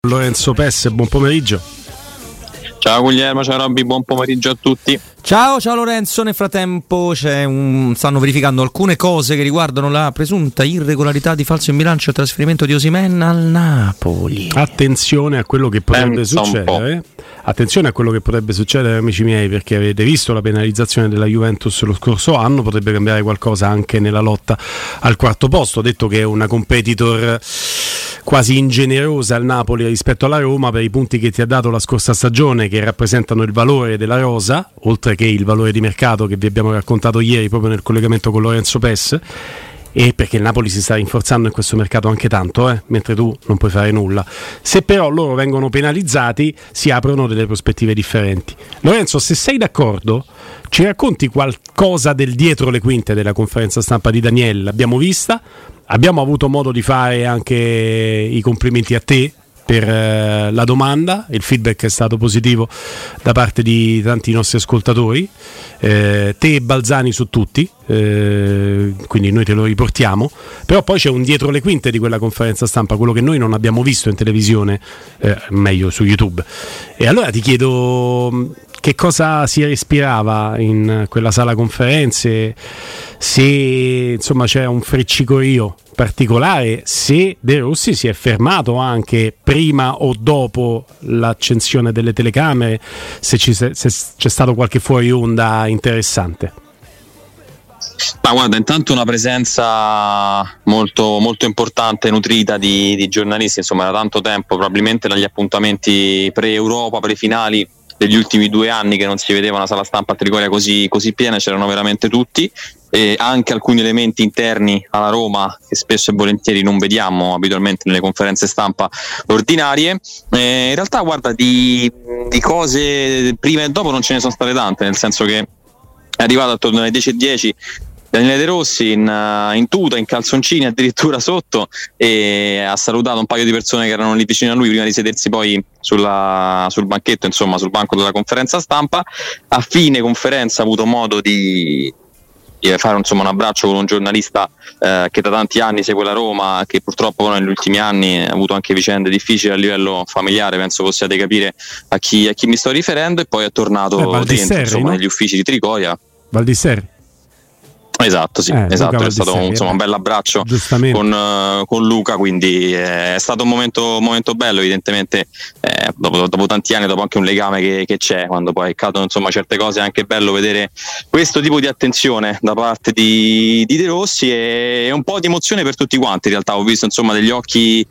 Lorenzo Pesse, buon pomeriggio. Ciao Guglielmo, ciao Robby, buon pomeriggio a tutti. Ciao Lorenzo, nel frattempo stanno verificando alcune cose che riguardano la presunta irregolarità di falso in bilancio e trasferimento di Osimhen al Napoli. Attenzione a quello che potrebbe succedere. Attenzione a quello che potrebbe succedere, amici miei, perché avete visto la penalizzazione della Juventus lo scorso anno, potrebbe cambiare qualcosa anche nella lotta al quarto posto. Ho detto che è una competitor quasi ingenerosa al Napoli rispetto alla Roma per i punti che ti ha dato la scorsa stagione, che rappresentano il valore della rosa, oltre che il valore di mercato che vi abbiamo raccontato ieri proprio nel collegamento con Lorenzo Pes, e perché il Napoli si sta rinforzando in questo mercato anche tanto, mentre tu non puoi fare nulla. Se però loro vengono penalizzati, si aprono delle prospettive differenti. Lorenzo, se sei d'accordo, ci racconti qualcosa del dietro le quinte della conferenza stampa di Daniele? L'abbiamo vista, abbiamo avuto modo di fare anche i complimenti a te per la domanda, il feedback è stato positivo da parte di tanti nostri ascoltatori, te e Balzani su tutti, quindi noi te lo riportiamo, però poi c'è un dietro le quinte di quella conferenza stampa, quello che noi non abbiamo visto in televisione, meglio su YouTube, e allora ti chiedo che cosa si respirava in quella sala conferenze, se insomma c'è un freccicorio particolare, se De Rossi si è fermato anche prima o dopo l'accensione delle telecamere, se c'è stato qualche fuori onda interessante. Ma guarda, intanto una presenza molto, molto importante, nutrita di giornalisti, insomma era tanto tempo, probabilmente dagli appuntamenti pre-Europa, pre-finali degli ultimi 2 anni che non si vedeva una sala stampa a Trigoria così piena, c'erano veramente tutti, e anche alcuni elementi interni alla Roma che spesso e volentieri non vediamo abitualmente nelle conferenze stampa ordinarie. In realtà guarda, di cose prima e dopo non ce ne sono state tante, nel senso che è arrivato attorno alle 10:10 Daniele De Rossi in tuta, in calzoncini addirittura sotto, e ha salutato un paio di persone che erano lì vicino a lui prima di sedersi poi sul banchetto, insomma sul banco della conferenza stampa. A fine conferenza ha avuto modo di fare insomma un abbraccio con un giornalista che da tanti anni segue la Roma, che purtroppo negli ultimi anni ha avuto anche vicende difficili a livello familiare, penso possiate capire a chi mi sto riferendo, e poi è tornato dentro, insomma, no? Negli uffici di Trigoria. Valdisserri. Esatto, sì, esatto, è stato un bel abbraccio con Luca, quindi è stato un momento bello, evidentemente, dopo tanti anni, dopo anche un legame che c'è, quando poi accadono insomma certe cose, è anche bello vedere questo tipo di attenzione da parte di De Rossi, e un po' di emozione per tutti quanti. In realtà ho visto insomma degli occhi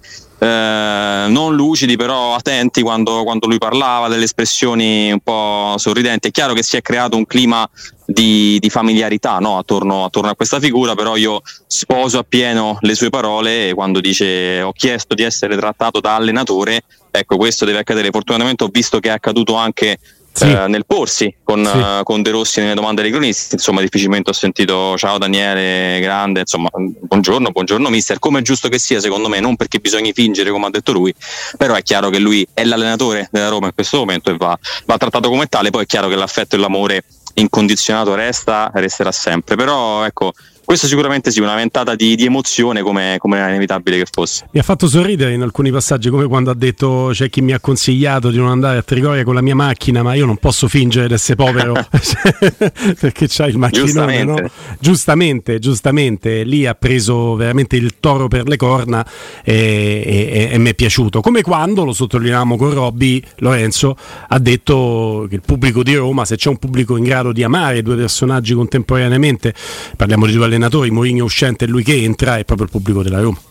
non lucidi però attenti quando lui parlava, delle espressioni un po' sorridenti. È chiaro che si è creato un clima di familiarità, no? attorno a questa figura, però io sposo appieno le sue parole quando dice: ho chiesto di essere trattato da allenatore. Ecco, questo deve accadere. Fortunatamente ho visto che è accaduto anche nel porsi con De Rossi nelle domande dei cronisti. Insomma, difficilmente ho sentito ciao Daniele, grande, insomma, buongiorno mister, come è giusto che sia secondo me, non perché bisogna fingere come ha detto lui, però è chiaro che lui è l'allenatore della Roma in questo momento e va trattato come tale. Poi è chiaro che l'affetto e l'amore incondizionato resterà sempre, però ecco, questo sicuramente sì, una ventata di emozione come era inevitabile che fosse. Mi ha fatto sorridere in alcuni passaggi, come quando ha detto: c'è chi mi ha consigliato di non andare a Trigoria con la mia macchina, ma io non posso fingere di essere povero perché c'hai il macchinone, no? Giustamente lì ha preso veramente il toro per le corna, e mi è piaciuto, come quando, lo sottolineiamo con Robby, Lorenzo ha detto che il pubblico di Roma, se c'è un pubblico in grado di amare 2 personaggi contemporaneamente, parliamo di 2 allenatori, Mourinho uscente e lui che entra, è proprio il pubblico della Roma.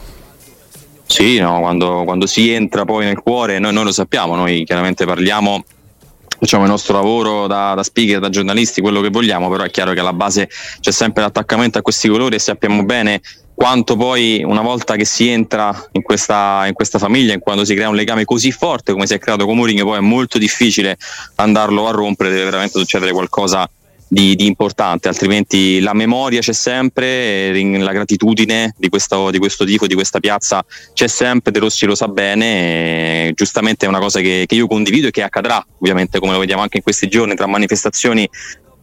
Sì, no, quando si entra poi nel cuore, noi lo sappiamo, noi chiaramente facciamo il nostro lavoro da speaker, da giornalisti, quello che vogliamo, però è chiaro che alla base c'è sempre l'attaccamento a questi colori, e sappiamo bene quanto poi, una volta che si entra in questa famiglia, quando si crea un legame così forte come si è creato con Mourinho, poi è molto difficile andarlo a rompere, deve veramente succedere qualcosa di importante, altrimenti la memoria c'è sempre, la gratitudine di questo tifo, di questa piazza c'è sempre. De Rossi lo sa bene, e giustamente è una cosa che io condivido e che accadrà ovviamente, come lo vediamo anche in questi giorni, tra manifestazioni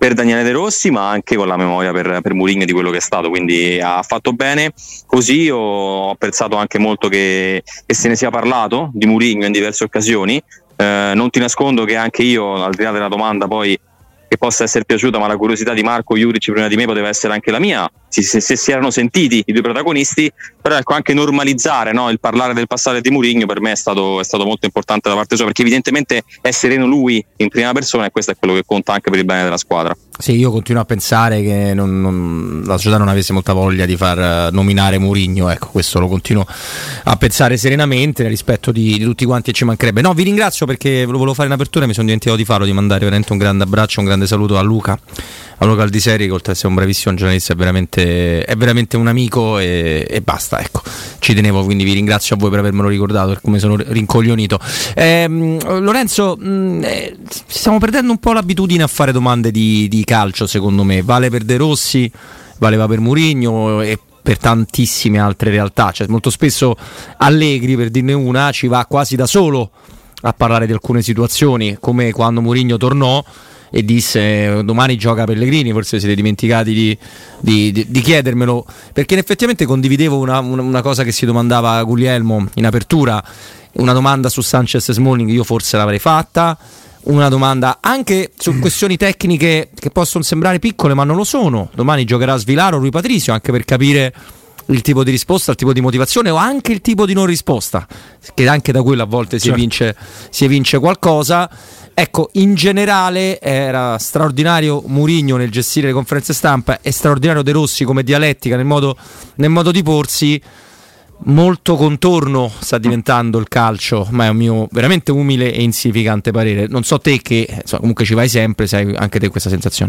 per Daniele De Rossi, ma anche con la memoria per Mourinho di quello che è stato, quindi ha fatto bene così. Ho apprezzato anche molto che se ne sia parlato di Mourinho in diverse occasioni. Non ti nascondo che anche io, al di là della domanda poi che possa essere piaciuta, ma la curiosità di Marco Juric prima di me poteva essere anche la mia, se si erano sentiti i due protagonisti, però ecco, anche normalizzare, no, il parlare del passato di Mourinho per me è stato molto importante da parte sua, perché evidentemente è sereno lui in prima persona e questo è quello che conta anche per il bene della squadra. Sì, io continuo a pensare che la società non avesse molta voglia di far nominare Mourinho, ecco, questo lo continuo a pensare serenamente nel rispetto di tutti quanti, e ci mancherebbe. No, vi ringrazio perché volevo fare in apertura e mi sono dimenticato di farlo, di mandare veramente un grande abbraccio, un grande saluto a Luca Caldiseri, che oltre ad essere un bravissimo giornalista è veramente un amico e basta, ecco, ci tenevo, quindi vi ringrazio a voi per avermelo ricordato, per come sono rincoglionito. Lorenzo, stiamo perdendo un po' l'abitudine a fare domande di calcio, secondo me, vale per De Rossi, valeva per Mourinho e per tantissime altre realtà, cioè molto spesso Allegri, per dirne una, ci va quasi da solo a parlare di alcune situazioni, come quando Mourinho tornò e disse domani gioca Pellegrini, forse siete dimenticati di chiedermelo, perché effettivamente condividevo una cosa che si domandava Guglielmo in apertura, una domanda su Sanchez e Smalling, io forse l'avrei fatta, una domanda anche su questioni tecniche che possono sembrare piccole ma non lo sono, domani giocherà Svilaro o Rui Patricio, anche per capire il tipo di risposta, il tipo di motivazione o anche il tipo di non risposta, che anche da quello a volte si evince qualcosa. Ecco, in generale era straordinario Mourinho nel gestire le conferenze stampa, è straordinario De Rossi come dialettica nel modo di porsi. Molto contorno sta diventando il calcio, ma è un mio veramente umile e insignificante parere. Non so te, che comunque ci vai sempre, sai anche te questa sensazione.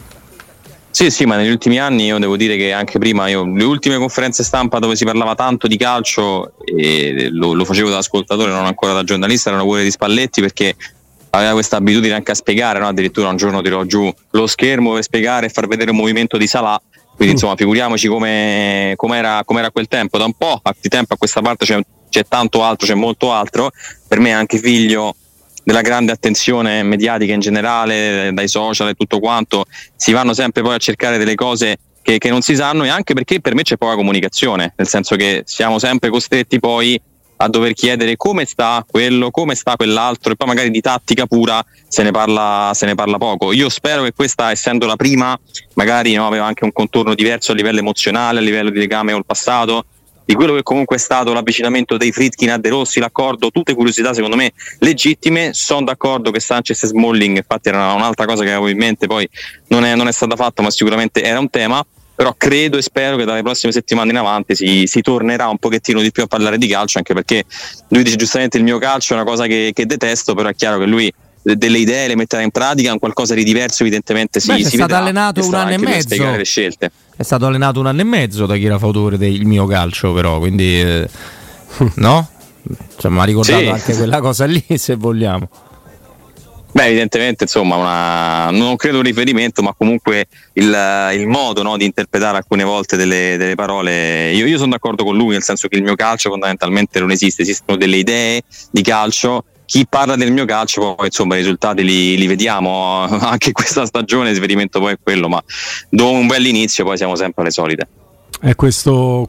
Sì, ma negli ultimi anni io devo dire che anche prima le ultime conferenze stampa dove si parlava tanto di calcio, e lo facevo da ascoltatore, non ancora da giornalista, erano quelle di Spalletti, perché aveva questa abitudine anche a spiegare, no? Addirittura un giorno tirò giù lo schermo per spiegare e far vedere un movimento di Salah, quindi insomma figuriamoci com'era quel tempo. Da un po' di tempo a questa parte c'è tanto altro, c'è molto altro. Per me è anche figlio della grande attenzione mediatica in generale, dai social e tutto quanto, si vanno sempre poi a cercare delle cose che non si sanno, e anche perché per me c'è poca comunicazione, nel senso che siamo sempre costretti poi a dover chiedere come sta quello, come sta quell'altro, e poi magari di tattica pura se ne parla poco. Io spero che questa, essendo la prima, magari aveva anche un contorno diverso a livello emozionale, a livello di legame col passato, di quello che comunque è stato l'avvicinamento dei Friedkin a De Rossi, l'accordo, tutte curiosità secondo me legittime. Sono d'accordo che Sanchez e Smalling, infatti era un'altra cosa che avevo in mente, poi non è stata fatta, ma sicuramente era un tema. Però credo e spero che dalle prossime settimane in avanti si tornerà un pochettino di più a parlare di calcio, anche perché lui dice giustamente il mio calcio è una cosa che detesto, però è chiaro che lui delle idee le metterà in pratica, un qualcosa di diverso evidentemente si vedrà. È stato allenato un anno e mezzo, spiegare le scelte. È stato allenato un anno e mezzo da chi era fautore del mio calcio, però, quindi no? Cioè, mi ha ricordato anche quella cosa lì, se vogliamo. Beh, evidentemente insomma non credo un riferimento, ma comunque il modo, no, di interpretare alcune volte delle parole. Io sono d'accordo con lui, nel senso che il mio calcio fondamentalmente non esiste, esistono delle idee di calcio. Chi parla del mio calcio poi insomma i risultati li vediamo anche questa stagione, il riferimento poi è quello, ma dopo un bel inizio poi siamo sempre alle solite. Questo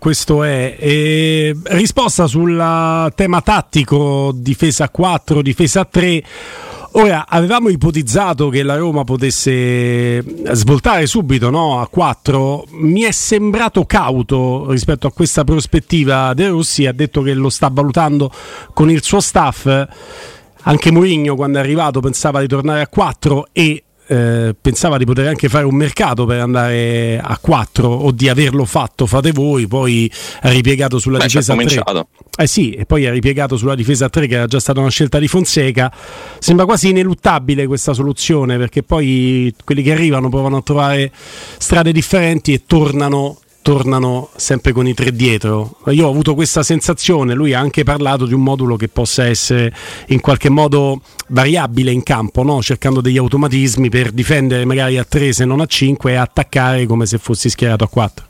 è. Risposta sul tema tattico, difesa 4, difesa 3. Ora, avevamo ipotizzato che la Roma potesse svoltare subito, no, a 4. Mi è sembrato cauto rispetto a questa prospettiva. De Rossi ha detto che lo sta valutando con il suo staff. Anche Mourinho, quando è arrivato, pensava di tornare a 4 e pensava di poter anche fare un mercato per andare a 4, o di averlo fatto, fate voi. Poi ha ripiegato sulla difesa 3. Sì, e poi ha ripiegato sulla difesa 3, che era già stata una scelta di Fonseca. Sembra quasi ineluttabile questa soluzione, perché poi quelli che arrivano provano a trovare strade differenti e tornano sempre con i 3 dietro. Io ho avuto questa sensazione. Lui ha anche parlato di un modulo che possa essere in qualche modo variabile in campo, no? Cercando degli automatismi per difendere magari a 3 se non a 5 e attaccare come se fossi schierato a 4.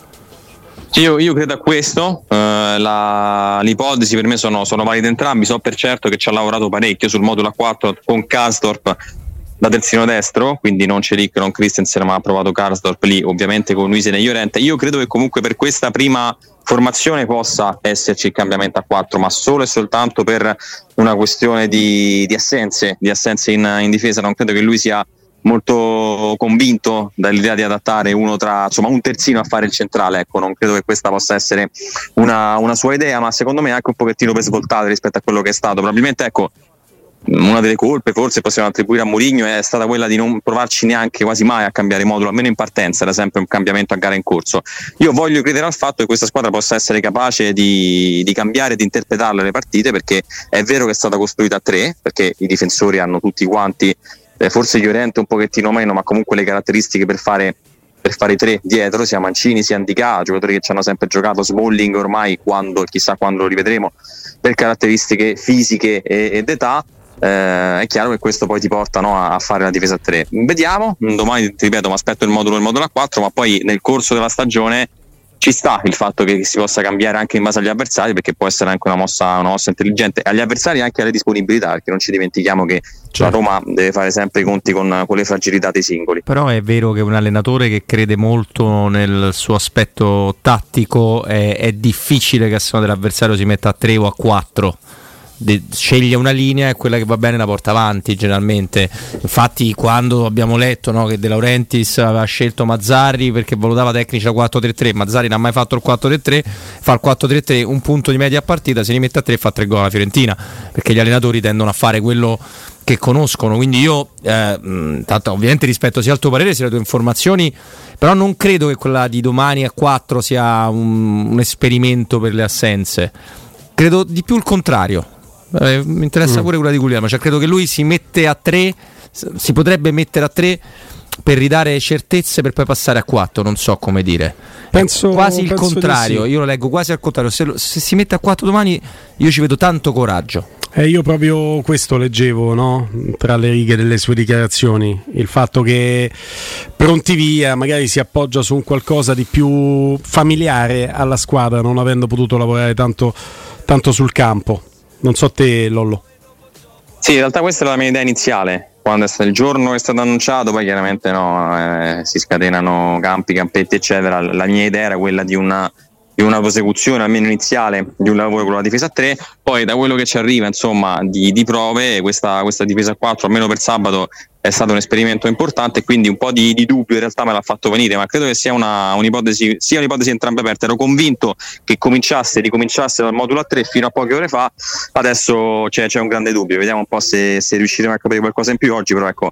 Io credo a questo, l'ipotesi per me sono valide entrambi. So per certo che ci ha lavorato parecchio sul modulo A4 con Karsdorp, da terzino destro, quindi non Celic, non Christensen, ma ha provato Karsdorp lì, ovviamente con Luisen e Llorente. Io credo che comunque per questa prima formazione possa esserci il cambiamento a 4, ma solo e soltanto per una questione di assenze in difesa. Non credo che lui sia molto convinto dall'idea di adattare un terzino a fare il centrale, ecco, non credo che questa possa essere una sua idea, ma secondo me anche un pochettino per svoltare rispetto a quello che è stato. Probabilmente, ecco, una delle colpe forse possiamo attribuire a Mourinho è stata quella di non provarci neanche quasi mai a cambiare modulo, almeno in partenza, era sempre un cambiamento a gara in corso. Io voglio credere al fatto che questa squadra possa essere capace di cambiare, di interpretarle le partite, perché è vero che è stata costruita a 3, perché i difensori hanno tutti quanti, forse Llorente un pochettino meno, ma comunque le caratteristiche per fare i 3 dietro, sia Mancini sia Ndicà, giocatori che ci hanno sempre giocato, Smalling ormai chissà quando lo rivedremo, per caratteristiche fisiche ed età. È chiaro che questo poi ti porta, no, a fare la difesa a 3. Vediamo, domani ti ripeto, mi aspetto il modulo a 4, ma poi nel corso della stagione ci sta il fatto che si possa cambiare anche in base agli avversari, perché può essere anche una mossa intelligente agli avversari e anche alle disponibilità, perché non ci dimentichiamo che la Roma deve fare sempre i conti con le fragilità dei singoli. Però è vero che un allenatore che crede molto nel suo aspetto tattico è difficile che a seconda dell'avversario si metta a 3 o a 4. Sceglie una linea e quella che va bene la porta avanti generalmente. Infatti quando abbiamo letto, no, che De Laurentiis aveva scelto Mazzarri perché valutava tecnici a 4-3-3, Mazzarri non ha mai fatto il 4-3-3, fa il 4-3-3, un punto di media a partita, se li mette a 3 fa 3 gol alla Fiorentina, perché gli allenatori tendono a fare quello che conoscono. Quindi io tanto ovviamente rispetto sia al tuo parere sia alle tue informazioni, però non credo che quella di domani a 4 sia un esperimento per le assenze, credo di più il contrario. Mi interessa pure quella di Guglielmo, cioè credo che lui si mette a 3, si potrebbe mettere a 3 per ridare certezze per poi passare a 4, non so come dire. Penso il contrario, sì. Io lo leggo quasi al contrario, se si mette a 4 domani io ci vedo tanto coraggio. Io proprio questo leggevo, no? Tra le righe delle sue dichiarazioni, il fatto che pronti via magari si appoggia su un qualcosa di più familiare alla squadra, non avendo potuto lavorare tanto sul campo. Non so te, Lollo. Sì, in realtà questa è la mia idea iniziale. Quando è stato il giorno che è stato annunciato, poi chiaramente si scatenano campetti eccetera. La mia idea era quella di una prosecuzione almeno iniziale di un lavoro con la difesa a 3, poi da quello che ci arriva insomma di prove, questa difesa a 4 almeno per sabato è stato un esperimento importante, e quindi un po' di dubbio in realtà me l'ha fatto venire, ma credo che sia un'ipotesi entrambe aperte. Ero convinto che ricominciasse dal modulo a 3 fino a poche ore fa, adesso c'è un grande dubbio, vediamo un po' se riusciremo a capire qualcosa in più oggi, però ecco,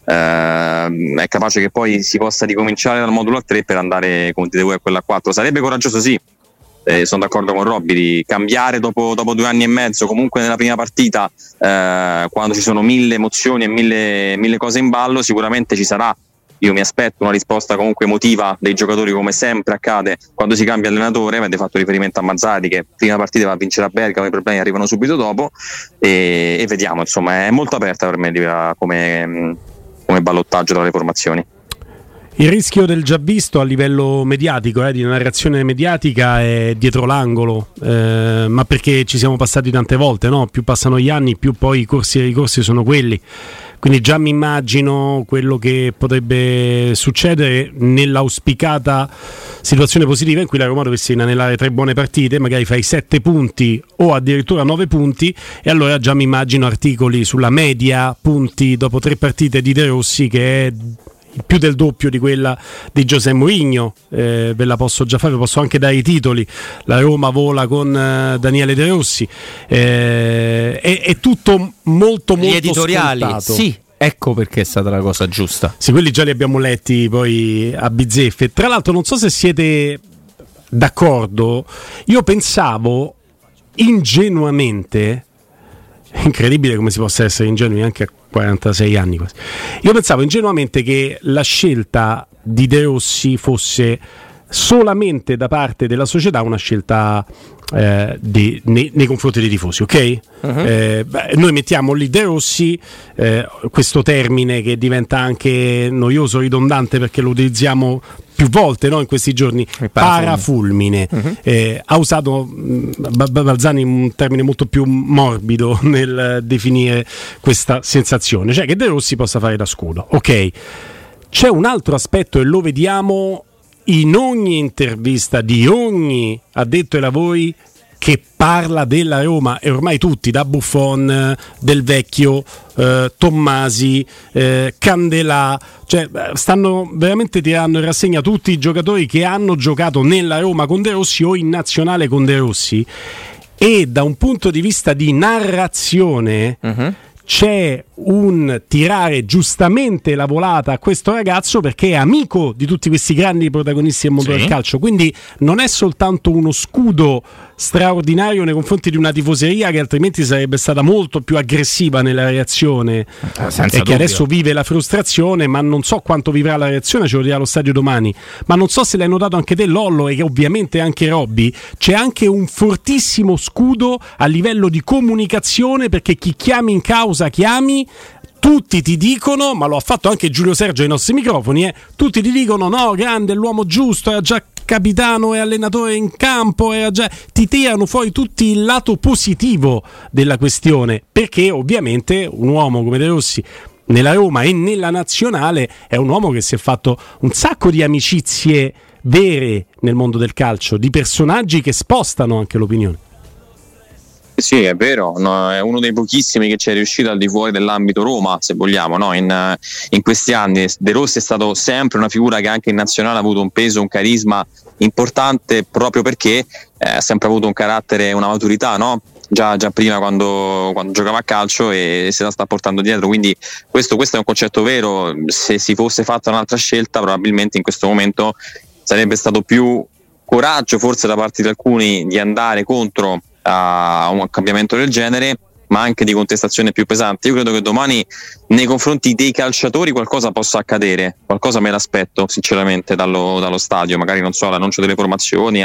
è capace che poi si possa ricominciare dal modulo a 3 per andare, come dite voi, a quella a 4. Sarebbe coraggioso, sì. Sono d'accordo con Robby, di cambiare dopo 2 anni e mezzo, comunque nella prima partita, quando ci sono 1000 emozioni e mille cose in ballo, sicuramente ci sarà, io mi aspetto una risposta comunque emotiva dei giocatori, come sempre accade quando si cambia allenatore. Avete fatto riferimento a Mazzarri che prima partita va a vincere a Bergamo, i problemi arrivano subito dopo, e vediamo, insomma è molto aperta per me come ballottaggio tra le formazioni. Il rischio del già visto a livello mediatico, di narrazione mediatica, è dietro l'angolo, ma perché ci siamo passati tante volte, no? Più passano gli anni, più poi i corsi e i ricorsi sono quelli. Quindi già mi immagino quello che potrebbe succedere nell'auspicata situazione positiva in cui la Roma dovesse inanellare 3 buone partite, magari fai 7 punti o addirittura 9 punti, e allora già mi immagino articoli sulla media punti dopo 3 partite di De Rossi, che è più del doppio di quella di José Mourinho. Ve la posso già fare, posso anche dare i titoli. La Roma vola con Daniele De Rossi, è tutto molto gli editoriali scontato. Sì, ecco perché è stata la cosa giusta. Sì, quelli già li abbiamo letti poi a bizzeffe. Tra l'altro non so se siete d'accordo, io pensavo ingenuamente, è incredibile come si possa essere ingenui anche a 46 anni quasi. Io pensavo ingenuamente che la scelta di De Rossi fosse solamente da parte della società una scelta nei confronti dei tifosi, ok? Noi mettiamo lì De Rossi, questo termine che diventa anche noioso, ridondante, perché lo utilizziamo più volte, no, in questi giorni, parafulmine. Ha usato Balzani un termine molto più morbido nel definire questa sensazione, cioè che De Rossi possa fare da scudo, ok? C'è un altro aspetto, e lo vediamo in ogni intervista di ogni addetto ai lavori che parla della Roma, e ormai tutti, da Buffon, Del Vecchio, Tommasi, Candelà, cioè stanno veramente tirando in rassegna tutti i giocatori che hanno giocato nella Roma con De Rossi o in nazionale con De Rossi, e da un punto di vista di narrazione c'è un tirare giustamente la volata a questo ragazzo, perché è amico di tutti questi grandi protagonisti del mondo del calcio, quindi non è soltanto uno scudo straordinario nei confronti di una tifoseria che altrimenti sarebbe stata molto più aggressiva nella reazione, e che adesso vive la frustrazione, ma non so quanto vivrà la reazione, ce lo dirà allo stadio domani. Ma non so se l'hai notato anche te, Lollo, e che ovviamente anche Robby, c'è anche un fortissimo scudo a livello di comunicazione, perché chi chiami in causa chiami, tutti ti dicono, ma lo ha fatto anche Giulio Sergio ai nostri microfoni, tutti ti dicono no, grande, l'uomo giusto, era già capitano e allenatore in campo, ti tirano fuori tutti il lato positivo della questione, perché ovviamente un uomo come De Rossi nella Roma e nella nazionale è un uomo che si è fatto un sacco di amicizie vere nel mondo del calcio, di personaggi che spostano anche l'opinione. Sì, è vero, no, è uno dei pochissimi che ci è riuscito al di fuori dell'ambito Roma, se vogliamo, no? In questi anni De Rossi è stato sempre una figura che anche in nazionale ha avuto un peso, un carisma importante, proprio perché ha sempre avuto un carattere, una maturità, no? Già prima quando giocava a calcio, e se la sta portando dietro, quindi questo è un concetto vero. Se si fosse fatta un'altra scelta, probabilmente in questo momento sarebbe stato più coraggio forse da parte di alcuni di andare contro a un cambiamento del genere, ma anche di contestazione più pesante. Io credo che domani nei confronti dei calciatori qualcosa possa accadere, qualcosa me l'aspetto sinceramente dallo stadio, magari non so, l'annuncio delle formazioni,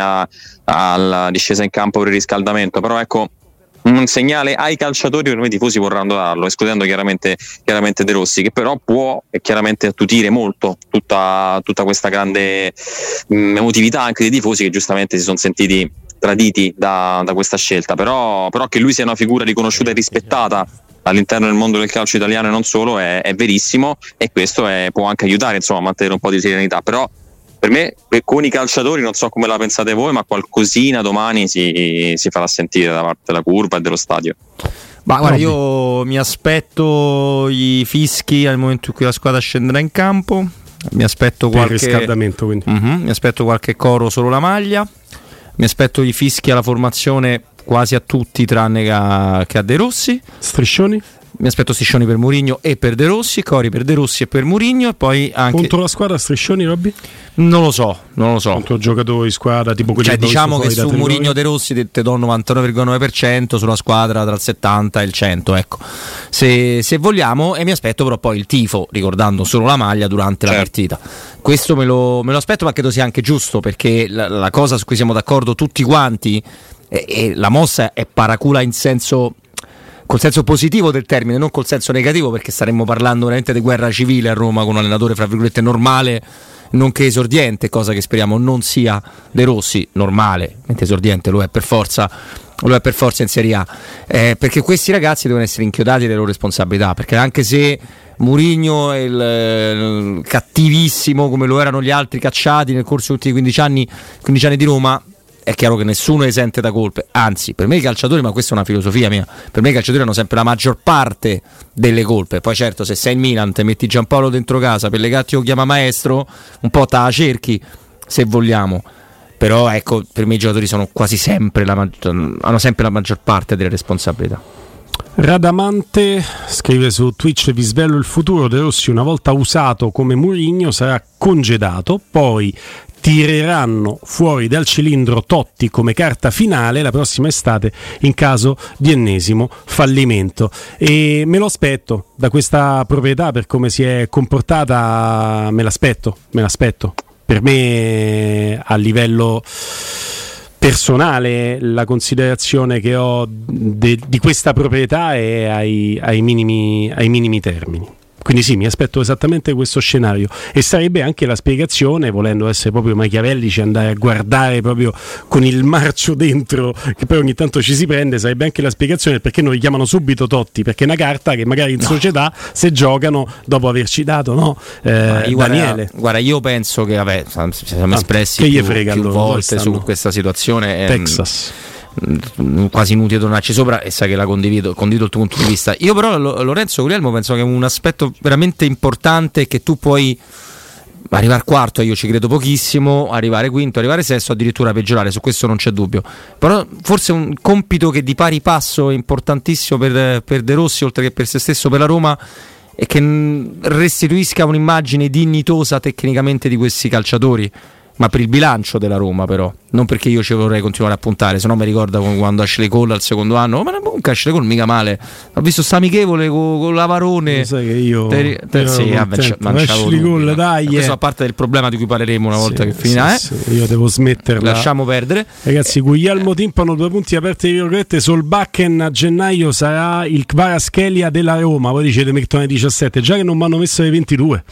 alla discesa in campo per il riscaldamento, però ecco, un segnale ai calciatori per me i tifosi vorranno darlo, escludendo chiaramente De Rossi, che però può chiaramente attutire molto tutta questa grande emotività anche dei tifosi, che giustamente si sono sentiti traditi da questa scelta, però che lui sia una figura riconosciuta e rispettata all'interno del mondo del calcio italiano e non solo è verissimo, e questo può anche aiutare, insomma, a mantenere un po' di serenità. Però per me, con i calciatori, non so come la pensate voi, ma qualcosina domani si farà sentire da parte della curva e dello stadio. Ma guarda, io mi aspetto i fischi al momento in cui la squadra scenderà in campo, mi aspetto qualche riscaldamento, quindi. Mi aspetto qualche coro solo la maglia, mi aspetto i fischi alla formazione quasi a tutti tranne che a De Rossi. Striscioni? Mi aspetto striscioni per Mourinho e per De Rossi, cori per De Rossi e per Mourinho, e poi anche contro la squadra striscioni, Robby? Non lo so. Contro giocatori di squadra tipo quelli, cioè, diciamo che su Mourinho De Rossi te do il 99,9%, sulla squadra tra il 70 e il 100, ecco. Se vogliamo, e mi aspetto però poi il tifo, ricordando solo la maglia durante la partita. Questo me lo aspetto, ma credo sia anche giusto, perché la cosa su cui siamo d'accordo tutti quanti, e la mossa è paracula col senso positivo del termine, non col senso negativo, perché staremmo parlando veramente di guerra civile a Roma con un allenatore fra virgolette normale, nonché esordiente, cosa che speriamo non sia De Rossi, normale, mentre esordiente lo è per forza in Serie A, perché questi ragazzi devono essere inchiodati delle loro responsabilità, perché anche se Mourinho è il cattivissimo come lo erano gli altri cacciati nel corso degli ultimi 15 anni di Roma, è chiaro che nessuno è esente da colpe, anzi per me i calciatori, ma questa è una filosofia mia, per me i calciatori hanno sempre la maggior parte delle colpe. Poi certo, se sei in Milan te metti Giampaolo dentro casa, Pellegatti lo chiama maestro, un po' te la cerchi se vogliamo, però ecco, per me i giocatori sono quasi sempre hanno sempre la maggior parte delle responsabilità. Radamante scrive su Twitch: vi svelo il futuro, De Rossi una volta usato come Mourinho sarà congedato, poi tireranno fuori dal cilindro Totti come carta finale la prossima estate in caso di ennesimo fallimento, e me lo aspetto da questa proprietà, per come si è comportata, me l'aspetto, per me a livello personale la considerazione che ho di questa proprietà è ai minimi termini. Quindi sì, mi aspetto esattamente questo scenario, e sarebbe anche la spiegazione, volendo essere proprio machiavellici, andare a guardare proprio con il marcio dentro, che poi ogni tanto ci si prende, sarebbe anche la spiegazione perché non richiamano subito Totti, perché è una carta che magari in società se giocano dopo averci dato, no? Daniele. Guarda, io penso che ci siamo espressi più volte su questa situazione. Texas. Quasi inutile tornarci sopra, e sai che la condivido il tuo punto di vista. Io però Lorenzo Guglielmo penso che un aspetto veramente importante è che tu puoi arrivare quarto, io ci credo pochissimo, arrivare quinto, arrivare sesto, addirittura peggiorare, su questo non c'è dubbio. Però forse un compito che di pari passo è importantissimo per De Rossi, oltre che per se stesso, per la Roma, e che restituisca un'immagine dignitosa tecnicamente di questi calciatori, ma per il bilancio della Roma, però non perché io ci vorrei continuare a puntare, se no mi ricorda quando Ashley Cole al secondo anno, ma comunque Ashley Cole mica male, ho visto sta amichevole con l'Avarone. Lo sai che io Ashley Cole, dai, questo a parte del problema di cui parleremo una volta che finirà. Io devo smetterla, lasciamo perdere, ragazzi. Guglielmo Timpano, 2 punti aperti virgolette. Solbakken a gennaio sarà il Kvaratskhelia della Roma, voi dicete mettono ai 17, già che non mi hanno messo ai 22.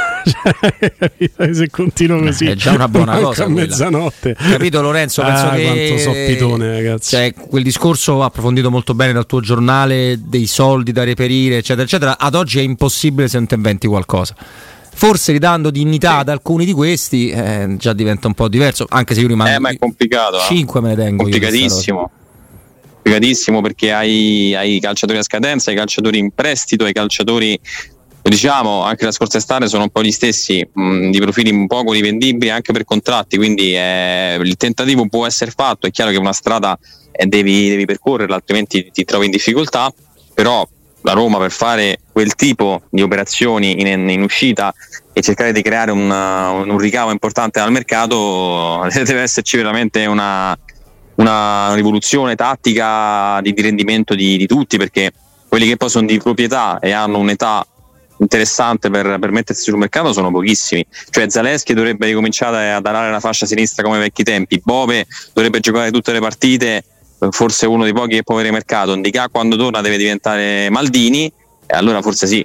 Se continuo così è già una buona cosa, a mezzanotte, capito Lorenzo? Penso che quanto so pitone, ragazzi. Cioè, quel discorso approfondito molto bene dal tuo giornale, dei soldi da reperire eccetera eccetera, ad oggi è impossibile se non ti inventi qualcosa. Forse ridando dignità ad alcuni di questi già diventa un po' diverso, anche se io rimango ma è complicato, 5 me ne tengo complicatissimo perché hai i calciatori a scadenza, i calciatori in prestito, i calciatori, diciamo, anche la scorsa estate sono un po' gli stessi, di profili un poco rivendibili anche per contratti, quindi il tentativo può essere fatto. È chiaro che una strada devi percorrerla, altrimenti ti trovi in difficoltà, però la Roma, per fare quel tipo di operazioni in uscita e cercare di creare un ricavo importante dal mercato, deve esserci veramente una rivoluzione tattica di rendimento di tutti, perché quelli che poi sono di proprietà e hanno un'età interessante per mettersi sul mercato sono pochissimi. Cioè Zalewski dovrebbe ricominciare ad alare la fascia sinistra come ai vecchi tempi, Bove dovrebbe giocare tutte le partite, forse uno dei pochi che può avere mercato, Ndicà quando torna deve diventare Maldini, e allora forse sì.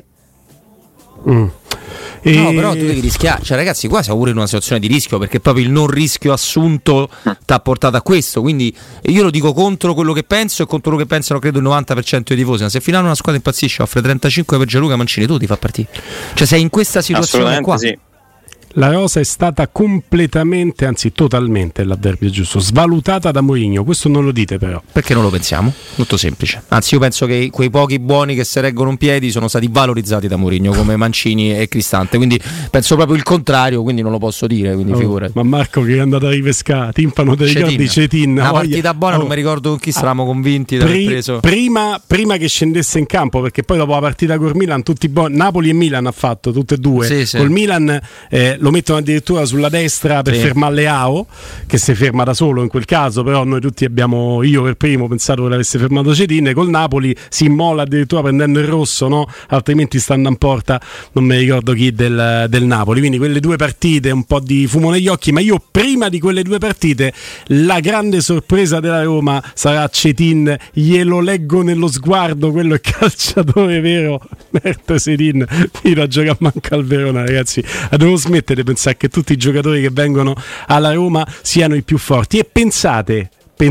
No, però tu devi rischiare, cioè ragazzi, qua siamo pure in una situazione di rischio, perché proprio il non rischio assunto ti ha portato a questo. Quindi io lo dico contro quello che penso e contro quello che pensano credo il 90% dei tifosi, ma se finale una squadra impazzisce, offre 35 per Gianluca Mancini, tu ti fa partire, cioè sei in questa situazione qua. Sì. La rosa è stata completamente, anzi totalmente, l'avverbio giusto, svalutata da Mourinho. Questo non lo dite però. Perché non lo pensiamo? Molto semplice. Anzi, io penso che quei pochi buoni che si reggono in piedi sono stati valorizzati da Mourinho, come Mancini e Cristante. Quindi penso proprio il contrario, quindi non lo posso dire. Quindi figurati. Ma Marco che è andato a ripescare, Timpano te ricordi Cetin? Una partita buona, non mi ricordo con chi stavamo convinti di aver preso. Prima che scendesse in campo, perché poi dopo la partita con Milan, tutti Napoli e Milan ha fatto tutte e due. Sì. Col Milan lo mettono addirittura sulla destra per fermare Leao, che si ferma da solo in quel caso, però noi tutti abbiamo, io per primo, pensato che l'avesse fermato Cetin. Col Napoli si immola addirittura prendendo il rosso, no? Altrimenti stanno in porta, non mi ricordo chi del Napoli. Quindi quelle due partite, un po' di fumo negli occhi, ma io prima di quelle due partite la grande sorpresa della Roma sarà Cetin, glielo leggo nello sguardo, quello è calciatore vero. Mert Cetin fino a giocare manca al Verona, ragazzi, devo smettere di pensare che tutti i giocatori che vengono alla Roma siano i più forti. E pensate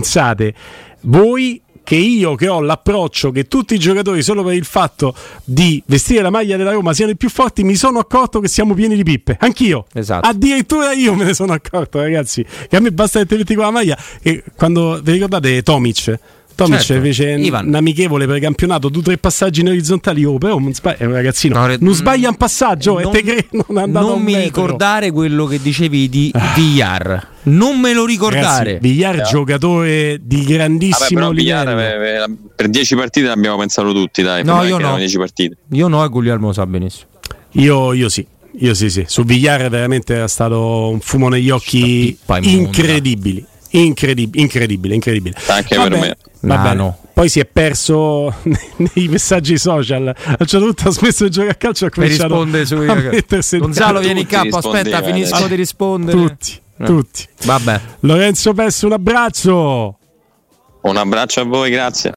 voi che io che ho l'approccio che tutti i giocatori solo per il fatto di vestire la maglia della Roma siano i più forti, mi sono accorto che siamo pieni di pippe, anch'io. Esatto. Addirittura io me ne sono accorto, ragazzi, che a me basta che ti metti con la maglia. E quando vi ricordate Tomic fece un amichevole per il campionato, 2-3 passaggi in orizzontali, però è un ragazzino, non sbaglia un passaggio e te credi non mi ricordare quello che dicevi di Villar, non me lo ricordare. Ragazzi, Villar giocatore di grandissimo livello. Per 10 partite l'abbiamo pensato tutti, dai. No, io no. 10 partite. Io no, e Guglielmo lo sa benissimo. Io sì. Su Villar veramente era stato un fumo negli occhi incredibile. Incredibile. Anche per me. Nano. poi si è perso nei messaggi social. A un certo punto ha smesso di giocare a calcio, ha cominciato a mettersi Gonzalo, vieni in campo, aspetta, finisco di rispondere. Tutti. Vabbè. Lorenzo Pesso, un abbraccio. Un abbraccio a voi, grazie.